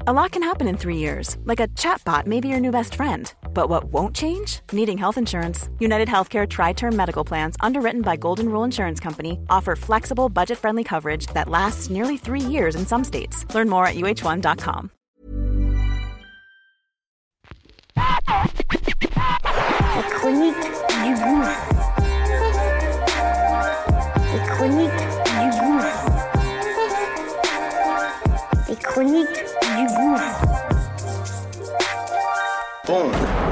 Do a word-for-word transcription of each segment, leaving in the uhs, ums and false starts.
A lot can happen in three years, like a chatbot may be your new best friend. But what won't change? Needing health insurance. United Healthcare Tri-Term Medical Plans, underwritten by Golden Rule Insurance Company, offer flexible, budget-friendly coverage that lasts nearly three years in some states. Learn more at U H one dot com. La chronique du gouffre. Les chroniques du gouffre. Les chroniques du gouffre. Bon.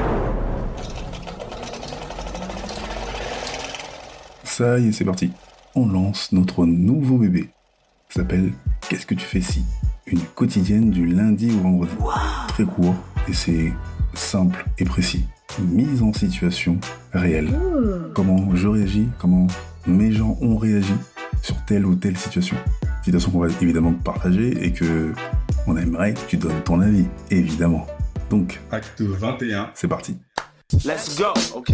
Ça y est, c'est parti. On lance notre nouveau bébé. Ça s'appelle Qu'est-ce que tu fais si ? Une quotidienne du lundi au vendredi. Wow. Très court et c'est simple et précis. Mise en situation réelle. Mmh. Comment je réagis, comment mes gens ont réagi sur telle ou telle situation. Situation qu'on va évidemment partager et que on aimerait que tu donnes ton avis, évidemment. Donc, acte vingt et un. C'est parti. Let's go, ok.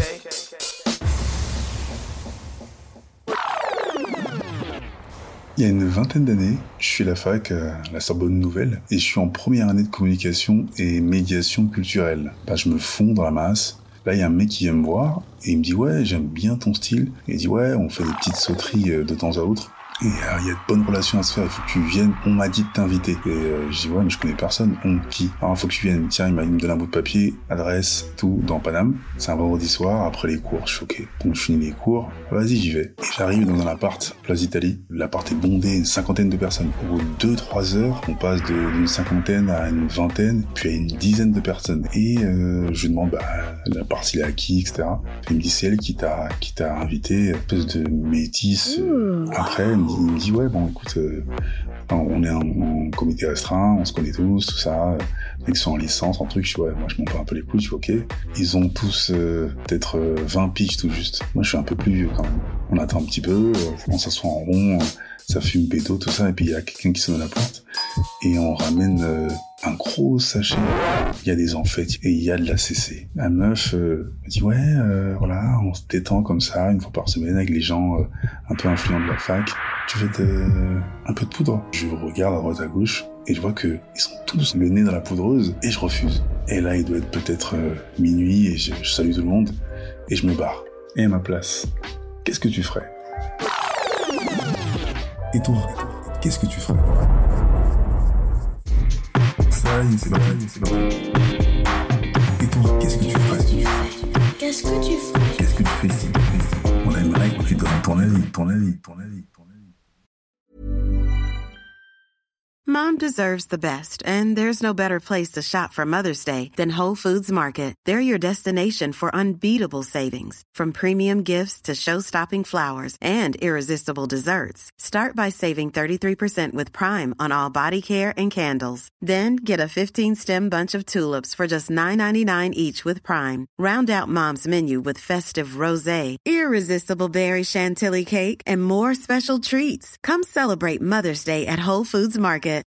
Il y a une vingtaine d'années, je suis à la fac, à la Sorbonne Nouvelle, et je suis en première année de communication et médiation culturelle. Là, je me fonds dans la masse. Là, il y a un mec qui vient me voir, et il me dit « Ouais, j'aime bien ton style. » Et il dit « Ouais, on fait des petites sauteries de temps à autre. » Et il euh, y a de bonnes relations à se faire, il faut que tu viennes, on m'a dit de t'inviter. Et euh, je dis ouais mais je connais personne, on qui alors il faut que tu viennes, tiens il m'a il me donne un bout de papier, adresse, tout, dans Paname. C'est un vendredi soir, après les cours, je suis ok. Donc je finis les cours, vas-y j'y vais. Et j'arrive dans un appart, place d'Italie, l'appart est bondé, une cinquantaine de personnes. Au bout de deux trois heures, on passe de, d'une cinquantaine à une vingtaine, puis à une dizaine de personnes. Et euh, je lui demande bah l'appart il est à qui, et cetera. Et il me dit c'est elle qui t'a, qui t'a invité, espèce de métisse. Euh, après, elle me dit, il me dit ouais bon écoute euh, on est en, en comité restreint, on se connaît tous, tout ça, ils sont en licence, en truc, je dis ouais moi je m'en bats un peu les couilles, je suis ok. Ils ont tous euh, peut-être euh, vingt piges tout juste. Moi je suis un peu plus vieux quand même. On attend un petit peu, euh, on s'assoit en rond, euh, ça fume béto, tout ça, et puis il y a quelqu'un qui sonne à la porte et on ramène euh, un gros sachet. Il y a des amphètes et il y a de la C C. La meuf euh, me dit ouais euh, voilà on se détend comme ça une fois par semaine avec les gens euh, un peu influents de la fac. Tu veux de, un peu de poudre? Je regarde à droite à gauche et je vois que ils sont tous le nez dans la poudreuse et je refuse. Et là il doit être peut-être euh, minuit et je, je salue tout le monde et je me barre. Et à ma place, qu'est-ce que tu ferais? Et toi, qu'est-ce que tu ferais? Ça y est, c'est parti, c'est parti. Et toi, qu'est-ce que tu ferais? Qu'est-ce que tu ferais? Qu'est-ce que tu fais ici? On aimerait que tu donnes ton avis, ton avis, ton avis, ton avis. Mom deserves the best, and there's no better place to shop for Mother's Day than Whole Foods Market. They're your destination for unbeatable savings, from premium gifts to show-stopping flowers and irresistible desserts. Start by saving thirty-three percent with Prime on all body care and candles. Then get a fifteen-stem bunch of tulips for just nine ninety-nine each with Prime. Round out Mom's menu with festive rosé, irresistible berry chantilly cake, and more special treats. Come celebrate Mother's Day at Whole Foods Market.